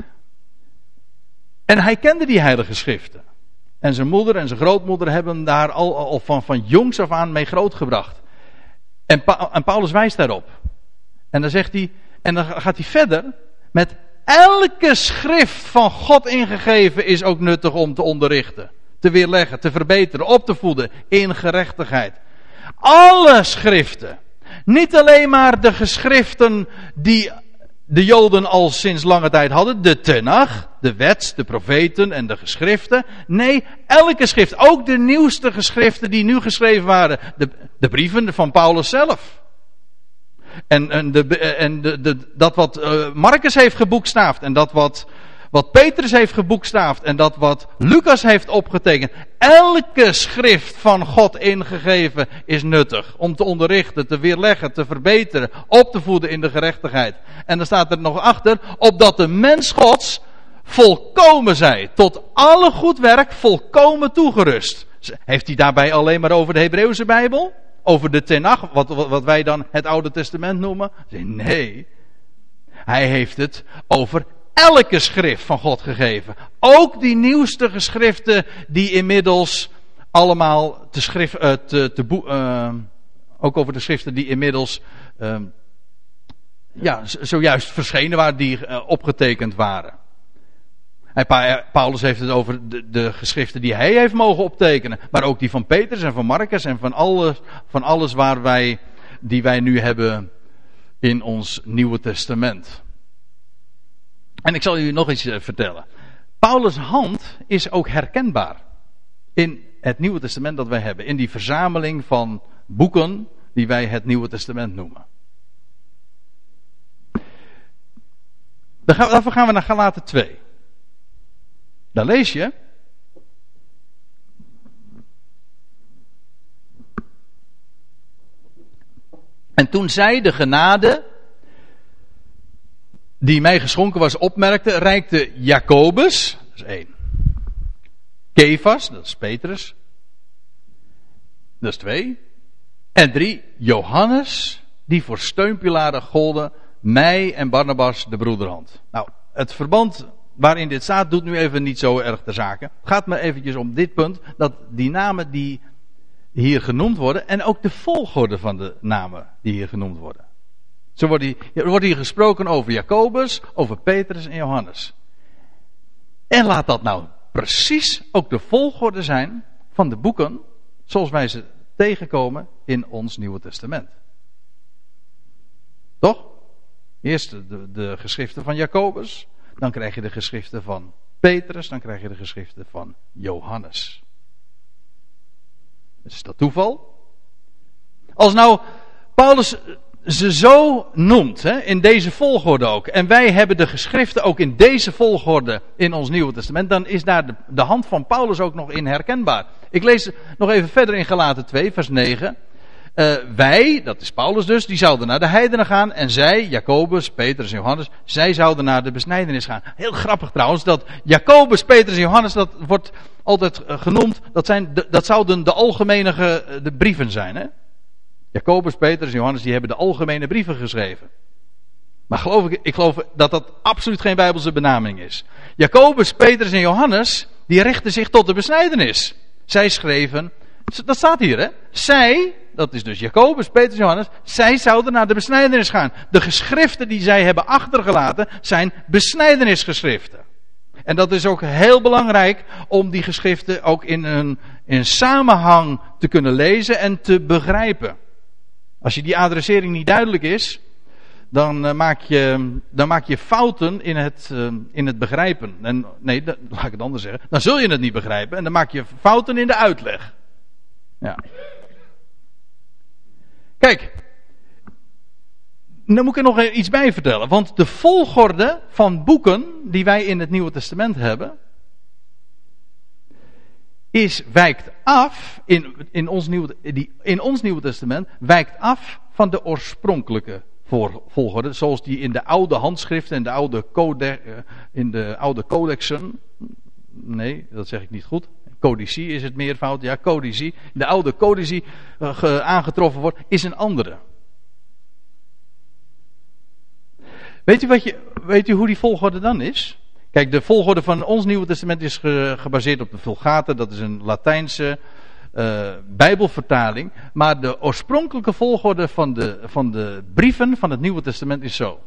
En hij kende die heilige schriften. En zijn moeder en zijn grootmoeder hebben daar al, al van, van jongs af aan mee grootgebracht. En, pa, en Paulus wijst daarop. En dan zegt hij, en dan gaat hij verder met elke schrift van God ingegeven is ook nuttig om te onderrichten, te weerleggen, te verbeteren, op te voeden in gerechtigheid. Alle schriften. Niet alleen maar de geschriften die de Joden al sinds lange tijd hadden, de Tenach, de wet, de profeten en de geschriften. Nee, elke schrift, ook de nieuwste geschriften die nu geschreven waren, de, de brieven van Paulus zelf. En, en, de, en de, de, dat wat uh, Marcus heeft geboekstaafd en dat wat, wat Petrus heeft geboekstaafd en dat wat Lucas heeft opgetekend. Elke schrift van God ingegeven is nuttig om te onderrichten, te weerleggen, te verbeteren, op te voeden in de gerechtigheid. En dan staat er nog achter, opdat de mens Gods volkomen zij, tot alle goed werk volkomen toegerust. Heeft hij daarbij alleen maar over de Hebreeuwse Bijbel? Over de Tenach, wat, wat, wat wij dan het Oude Testament noemen? Nee. Hij heeft het over elke schrift van God gegeven. Ook die nieuwste geschriften die inmiddels allemaal te schrift, uh, te, te boe, uh, ook over de schriften die inmiddels uh, ja, zojuist verschenen waren, die uh, opgetekend waren. Hij, Paulus heeft het over de, de geschriften die hij heeft mogen optekenen. Maar ook die van Petrus en van Marcus en van alles, van alles waar wij, die wij nu hebben in ons Nieuwe Testament. En ik zal u nog iets vertellen. Paulus' hand is ook herkenbaar in het Nieuwe Testament dat wij hebben. In die verzameling van boeken die wij het Nieuwe Testament noemen. Daarvoor gaan we naar Galaten twee. Daar lees je. En toen zij de genade die mij geschonken was opmerkte, reikte Jacobus, dat is één. Kefas, dat is Petrus. Dat is twee. En drie, Johannes, die voor steunpilaren golden, mij en Barnabas de broederhand. Nou, het verband waarin dit staat doet nu even niet zo erg ter zake. Het gaat me eventjes om dit punt, dat die namen die hier genoemd worden, en ook de volgorde van de namen die hier genoemd worden. Zo wordt hier, er wordt hier gesproken over Jacobus, over Petrus en Johannes. En laat dat nou precies ook de volgorde zijn van de boeken, zoals wij ze tegenkomen in ons Nieuwe Testament. Toch? Eerst de, de geschriften van Jacobus, dan krijg je de geschriften van Petrus, dan krijg je de geschriften van Johannes. Is dat toeval? Als nou Paulus ze zo noemt, hè, in deze volgorde ook, en wij hebben de geschriften ook in deze volgorde in ons Nieuwe Testament, dan is daar de, de hand van Paulus ook nog in herkenbaar. Ik lees nog even verder in Galaten twee, vers negen. Uh, wij, dat is Paulus dus, die zouden naar de heidenen gaan. En zij, Jacobus, Petrus en Johannes, zij zouden naar de besnijdenis gaan. Heel grappig trouwens, dat Jacobus, Petrus en Johannes, dat wordt altijd uh, genoemd. Dat, zijn de, dat zouden de algemene ge, de brieven zijn. Hè? Jacobus, Petrus en Johannes, die hebben de algemene brieven geschreven. Maar geloof ik, ik geloof dat dat absoluut geen Bijbelse benaming is. Jacobus, Petrus en Johannes, die richten zich tot de besnijdenis. Zij schreven, dat staat hier hè, zij, dat is dus Jacobus, Petrus en Johannes, zij zouden naar de besnijdenis gaan. De geschriften die zij hebben achtergelaten zijn besnijdenisgeschriften. En dat is ook heel belangrijk om die geschriften ook in een in samenhang te kunnen lezen en te begrijpen. Als je die adressering niet duidelijk is, dan uh, maak je, dan maak je fouten in het, uh, in het begrijpen. En, nee, dat, laat ik het anders zeggen. Dan zul je het niet begrijpen en dan maak je fouten in de uitleg. Ja. Kijk, dan moet ik er nog iets bij vertellen. Want de volgorde van boeken die wij in het Nieuwe Testament hebben, is, wijkt af, in, in, ons Nieuwe, die, in ons Nieuwe Testament, wijkt af van de oorspronkelijke volgorde, zoals die in de oude handschriften en de oude code, in de oude codexen, nee, dat zeg ik niet goed, codici is het meervoud, ja, codici, de oude codici uh, aangetroffen wordt, is een andere. Weet u, wat je, weet u hoe die volgorde dan is? Kijk, de volgorde van ons Nieuwe Testament is ge, gebaseerd op de Vulgate, dat is een Latijnse Uh, Bijbelvertaling, maar de oorspronkelijke volgorde van de, van de brieven van het Nieuwe Testament is zo.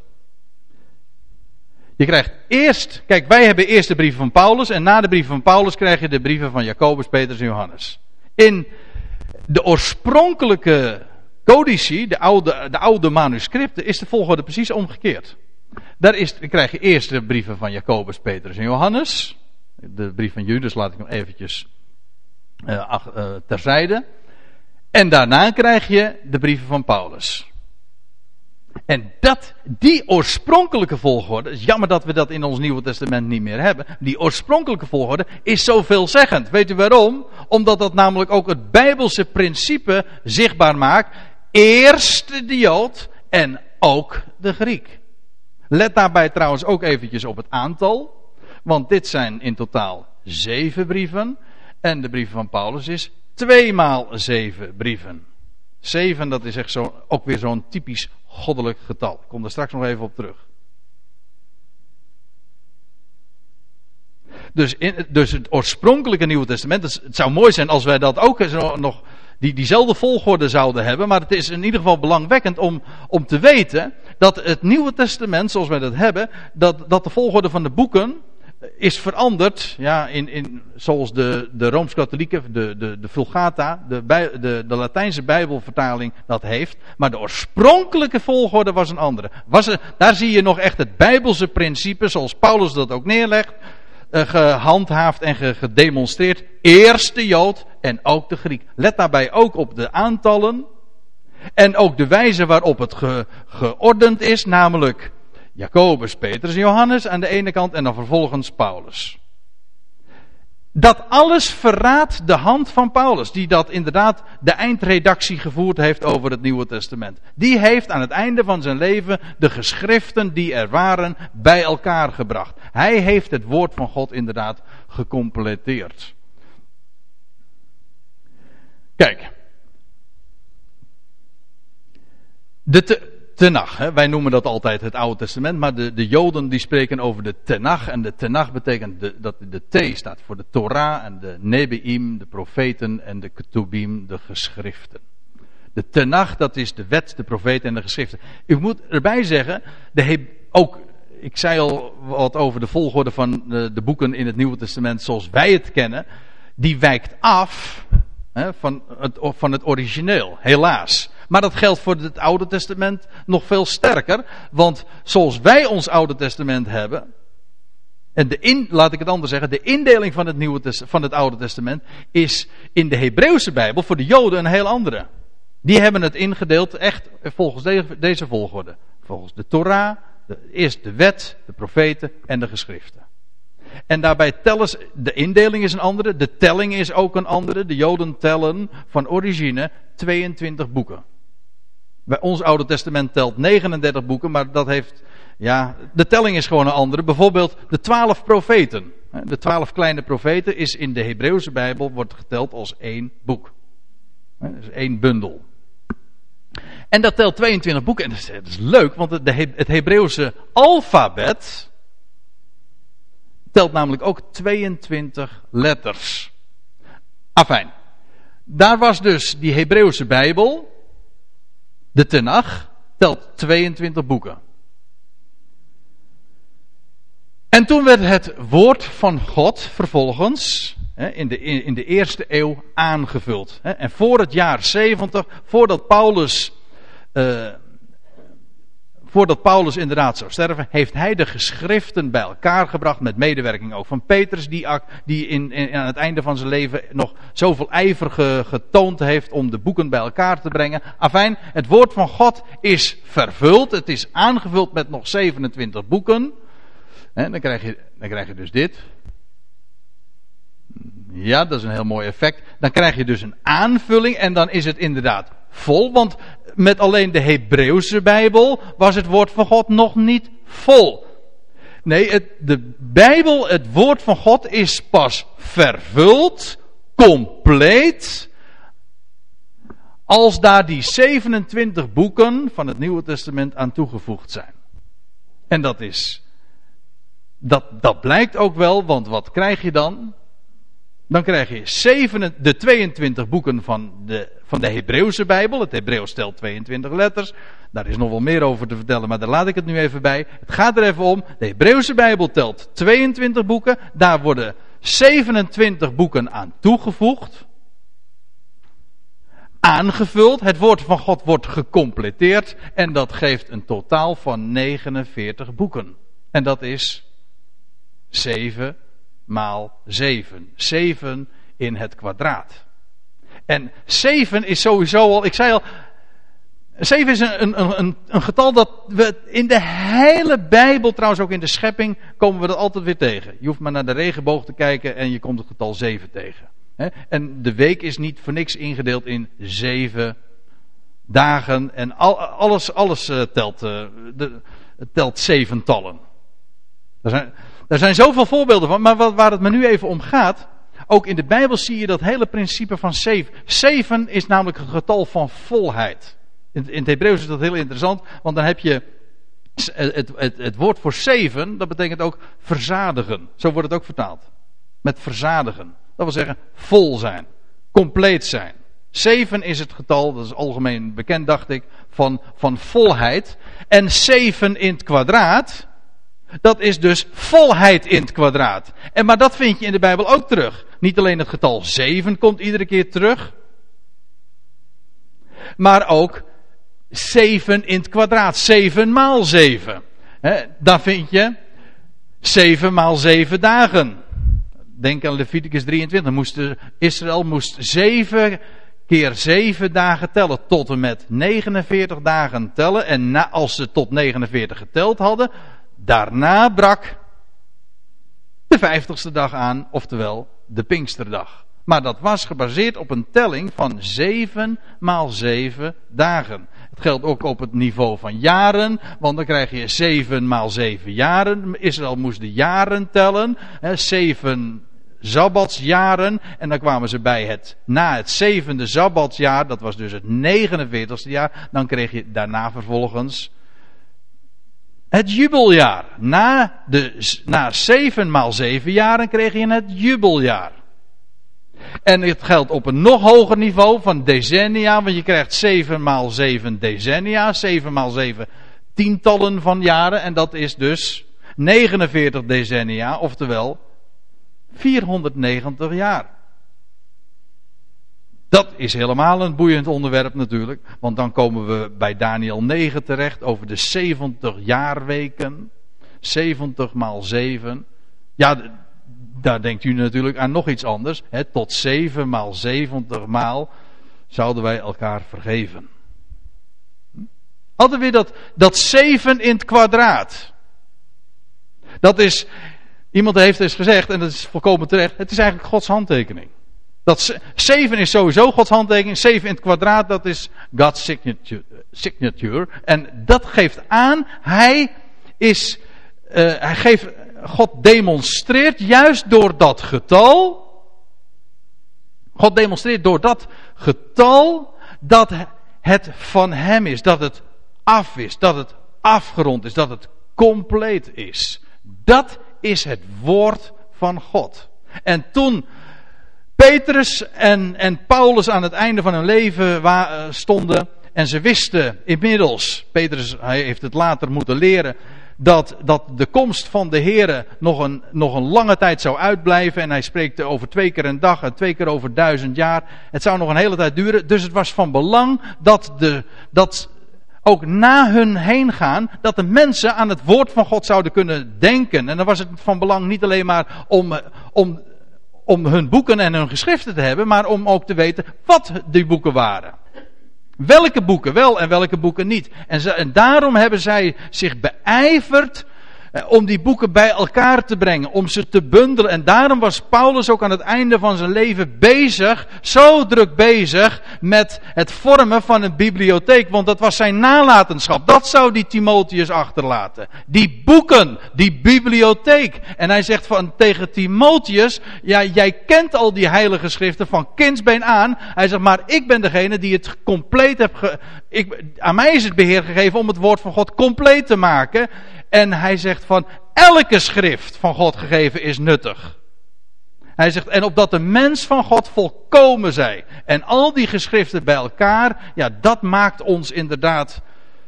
Je krijgt eerst, kijk, wij hebben eerst de brieven van Paulus en na de brieven van Paulus krijg je de brieven van Jacobus, Petrus en Johannes. In de oorspronkelijke codici, de oude, de oude manuscripten, is de volgorde precies omgekeerd. Daar is, dan krijg je eerst de brieven van Jacobus, Petrus en Johannes. De brief van Judas laat ik nog eventjes Uh, ach, uh, terzijde. En daarna krijg je de brieven van Paulus. En dat, die oorspronkelijke volgorde, het is jammer dat we dat in ons Nieuwe Testament niet meer hebben. Die oorspronkelijke volgorde is zo veelzeggend. Weet u waarom? Omdat dat namelijk ook het Bijbelse principe zichtbaar maakt. Eerst de Jood en ook de Griek. Let daarbij trouwens ook eventjes op het aantal. Want dit zijn in totaal zeven brieven. En de brieven van Paulus is tweemaal zeven brieven. Zeven, dat is echt zo, ook weer zo'n typisch goddelijk getal. Ik kom daar straks nog even op terug. Dus, in, dus het oorspronkelijke Nieuwe Testament, het zou mooi zijn als wij dat ook zo nog, die, diezelfde volgorde zouden hebben. Maar het is in ieder geval belangwekkend om, om te weten dat het Nieuwe Testament, zoals wij dat hebben, dat, dat de volgorde van de boeken is veranderd, ja, in, in, zoals de, de Rooms-Katholieken, de, de, de Vulgata, de, bij, de, de Latijnse Bijbelvertaling dat heeft. Maar de oorspronkelijke volgorde was een andere. Was er, daar zie je nog echt het Bijbelse principe, zoals Paulus dat ook neerlegt, uh, gehandhaafd en ge, gedemonstreerd. Eerst de Jood en ook de Griek. Let daarbij ook op de aantallen en ook de wijze waarop het ge, geordend is, namelijk Jacobus, Petrus en Johannes aan de ene kant en dan vervolgens Paulus. Dat alles verraadt de hand van Paulus, die dat inderdaad de eindredactie gevoerd heeft over het Nieuwe Testament. Die heeft aan het einde van zijn leven de geschriften die er waren bij elkaar gebracht. Hij heeft het woord van God inderdaad gecompleteerd. Kijk. De te... Tenach, hè? Wij noemen dat altijd het Oude Testament, maar de, de Joden die spreken over de Tenach. En de Tenach betekent de, dat de T staat voor de Torah en de Nebi'im, de profeten en de Ketubim, de geschriften. De Tenach, dat is de wet, de profeten en de geschriften. U moet erbij zeggen, de He- ook, ik zei al wat over de volgorde van de, de boeken in het Nieuwe Testament zoals wij het kennen, die wijkt af hè, van, het, van het origineel, helaas. Maar dat geldt voor het Oude Testament nog veel sterker. Want zoals wij ons Oude Testament hebben. En de in, laat ik het anders zeggen. De indeling van het, Nieuwe Test, van het Oude Testament is in de Hebreeuwse Bijbel voor de Joden een heel andere. Die hebben het ingedeeld echt volgens deze, deze volgorde. Volgens de Torah, de, eerst de wet, de profeten en de geschriften. En daarbij tellen ze, de indeling is een andere, de telling is ook een andere. De Joden tellen van origine tweeëntwintig boeken. Bij ons Oude Testament telt negenendertig boeken, maar dat heeft, ja, de telling is gewoon een andere. Bijvoorbeeld de twaalf profeten. De twaalf kleine profeten is in de Hebreeuwse Bijbel, wordt geteld als één boek. Dus één bundel. En dat telt tweeëntwintig boeken. En dat is, dat is leuk, want het, het Hebreeuwse alfabet telt namelijk ook tweeëntwintig letters. Afijn. Daar was dus die Hebreeuwse Bijbel, de Tenach, telt tweeëntwintig boeken. En toen werd het woord van God vervolgens in de, in de eerste eeuw aangevuld. En voor het jaar zeventig, voordat Paulus, uh, voordat Paulus inderdaad zou sterven, heeft hij de geschriften bij elkaar gebracht, met medewerking ook van Petrus, die, die in, in, aan het einde van zijn leven nog zoveel ijver ge, getoond heeft om de boeken bij elkaar te brengen. Afijn, het woord van God is vervuld, het is aangevuld met nog zevenentwintig boeken. En dan krijg je, dan krijg je dus dit. Ja, dat is een heel mooi effect. Dan krijg je dus een aanvulling en dan is het inderdaad vol. Want met alleen de Hebreeuwse Bijbel was het woord van God nog niet vol. Nee, het, de Bijbel, het woord van God, is pas vervuld, compleet, als daar die zevenentwintig boeken van het Nieuwe Testament aan toegevoegd zijn. En dat is, dat, dat blijkt ook wel, want wat krijg je dan? Dan krijg je zeven, de tweeëntwintig boeken van de, van de Hebreeuwse Bijbel. Het Hebreeuws telt tweeëntwintig letters. Daar is nog wel meer over te vertellen, maar daar laat ik het nu even bij. Het gaat er even om. De Hebreeuwse Bijbel telt tweeëntwintig boeken. Daar worden zevenentwintig boeken aan toegevoegd. Aangevuld. Het woord van God wordt gecompleteerd. En dat geeft een totaal van negenenveertig boeken. En dat is zeven maal zeven. zeven in het kwadraat. En zeven is sowieso al, ik zei al, zeven is een, een, een, een getal dat we in de hele Bijbel, trouwens ook in de schepping, komen we dat altijd weer tegen. Je hoeft maar naar de regenboog te kijken en je komt het getal zeven tegen. En de week is niet voor niks ingedeeld in zeven dagen en al, alles, alles uh, telt, uh, de, telt zeventallen. Er zijn, er zijn zoveel voorbeelden van, maar wat, waar het me nu even om gaat, ook in de Bijbel zie je dat hele principe van zeven. Zeven is namelijk een getal van volheid. In, in het Hebreeuws is dat heel interessant, want dan heb je het, het, het, het woord voor zeven, dat betekent ook verzadigen. Zo wordt het ook vertaald. Met verzadigen. Dat wil zeggen vol zijn. Compleet zijn. Zeven is het getal, dat is algemeen bekend dacht ik, van, van volheid. En zeven in het kwadraat, dat is dus volheid in het kwadraat. En maar dat vind je in de Bijbel ook terug. Niet alleen het getal zeven komt iedere keer terug. Maar ook zeven in het kwadraat. zeven maal zeven. He, daar vind je zeven maal zeven dagen. Denk aan Leviticus drieëntwintig. Moest Israël moest zeven keer zeven dagen tellen. Tot en met negenenveertig dagen tellen. En na, als ze tot negenenveertig geteld hadden, daarna brak de vijftigste dag aan, oftewel de Pinksterdag. Maar dat was gebaseerd op een telling van zeven maal zeven dagen. Het geldt ook op het niveau van jaren, want dan krijg je zeven maal zeven jaren. Israël moest de jaren tellen, hè, zeven sabbatsjaren. En dan kwamen ze bij het, na het zevende sabbatsjaar, dat was dus het negenenveertigste jaar, dan kreeg je daarna vervolgens het jubeljaar. Na, de, na zeven maal zeven jaren kreeg je het jubeljaar. En het geldt op een nog hoger niveau van decennia, want je krijgt zeven maal zeven decennia, zeven maal zeven tientallen van jaren, en dat is dus negenenveertig decennia, oftewel vierhonderdnegentig jaar. Dat is helemaal een boeiend onderwerp natuurlijk, want dan komen we bij Daniel negen terecht over de zeventig jaarweken, zeventig maal zeven. Ja, daar denkt u natuurlijk aan nog iets anders. Hè, tot zeven maal zeventig maal zouden wij elkaar vergeven. Altijd weer dat, dat zeven in het kwadraat. Dat is, Iemand heeft eens gezegd, en dat is volkomen terecht, het is eigenlijk Gods handtekening. Dat zeven is sowieso Gods handtekening. zeven in het kwadraat, dat is God's signature. signature. En dat geeft aan, hij is, uh, hij geeft, God demonstreert juist door dat getal, God demonstreert door dat getal, dat het van hem is, dat het af is, dat het afgerond is, dat het compleet is. Dat is het woord van God. En toen Petrus en, en Paulus aan het einde van hun leven wa- stonden, en ze wisten inmiddels, Petrus hij heeft het later moeten leren, dat, dat de komst van de Here nog een, nog een lange tijd zou uitblijven. En hij spreekt over twee keer een dag en twee keer over duizend jaar. Het zou nog een hele tijd duren. Dus het was van belang dat, de, dat ook na hun heen gaan, dat de mensen aan het woord van God zouden kunnen denken. En dan was het van belang niet alleen maar om, om, om hun boeken en hun geschriften te hebben, maar om ook te weten wat die boeken waren. Welke boeken wel en welke boeken niet. En, ze, en daarom hebben zij zich beijverd eh, om die boeken bij elkaar te brengen. Om ze te bundelen. En daarom was Paulus ook aan het einde van zijn leven bezig. Zo druk bezig met het vormen van een bibliotheek. Want dat was zijn nalatenschap. Dat zou die Timotheus achterlaten. Die boeken. Die bibliotheek. En hij zegt van, tegen Timotheus. Ja, jij kent al die heilige schriften van kindsbeen aan. Hij zegt, maar ik ben degene die het compleet heb ge, ik, aan mij is het beheer gegeven om het woord van God compleet te maken. En hij zegt van, elke schrift van God gegeven is nuttig. Hij zegt, en opdat de mens van God volkomen zij. En al die geschriften bij elkaar, ja, dat maakt ons inderdaad,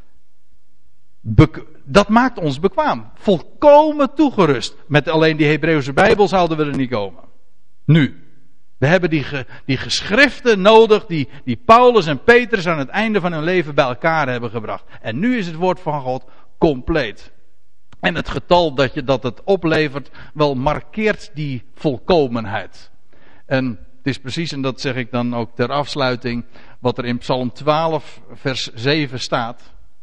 be, dat maakt ons bekwaam. Volkomen toegerust. Met alleen die Hebreeuwse Bijbel zouden we er niet komen. Nu. We hebben die, ge, die geschriften nodig die, die Paulus en Petrus aan het einde van hun leven bij elkaar hebben gebracht. En nu is het woord van God compleet. En het getal dat, je, dat het oplevert wel markeert die volkomenheid. En het is precies, en dat zeg ik dan ook ter afsluiting, wat er in Psalm twaalf vers zeven staat.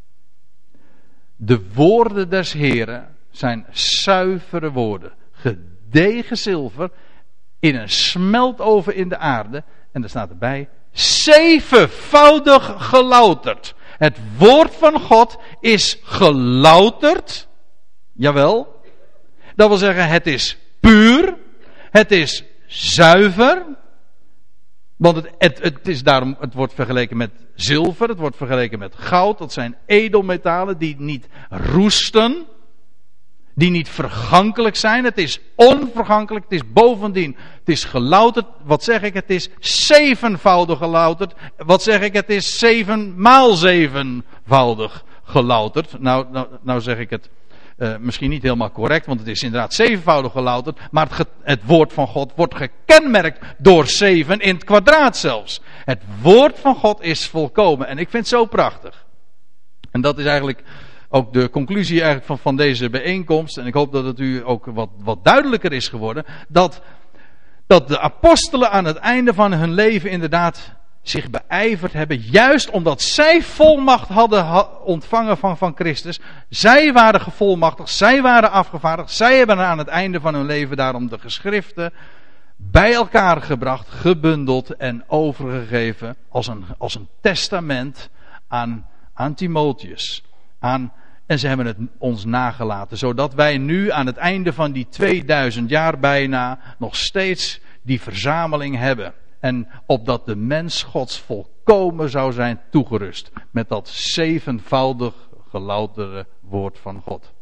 De woorden des Heren zijn zuivere woorden, gedegen zilver, in een smeltoven in de aarde. En er staat erbij, zevenvoudig gelouterd. Het woord van God is gelouterd. Jawel. Dat wil zeggen, het is puur. Het is zuiver. Want het, het, het is daarom, het wordt vergeleken met zilver. Het wordt vergeleken met goud. Dat zijn edelmetalen die niet roesten. Die niet vergankelijk zijn. Het is onvergankelijk. Het is bovendien. Het is gelouterd. Wat zeg ik? Het is zevenvoudig gelouterd. Wat zeg ik? Het is zevenmaal zevenvoudig gelouterd. Nou, nou, nou zeg ik het uh, misschien niet helemaal correct. Want het is inderdaad zevenvoudig gelouterd. Maar het, het woord van God wordt gekenmerkt door zeven in het kwadraat zelfs. Het woord van God is volkomen. En ik vind het zo prachtig. En dat is eigenlijk ook de conclusie eigenlijk van, van deze bijeenkomst. En ik hoop dat het u ook wat, wat duidelijker is geworden. Dat, dat de apostelen aan het einde van hun leven inderdaad zich beijverd hebben. Juist omdat zij volmacht hadden ha, ontvangen van, van Christus. Zij waren gevolmachtigd. Zij waren afgevaardigd. Zij hebben aan het einde van hun leven daarom de geschriften bij elkaar gebracht, gebundeld en overgegeven als een, als een testament aan, aan Timotheus. Aan, en ze hebben het ons nagelaten, zodat wij nu aan het einde van die tweeduizend jaar bijna nog steeds die verzameling hebben. En opdat de mens Gods volkomen zou zijn toegerust met dat zevenvoudig gelouterde woord van God.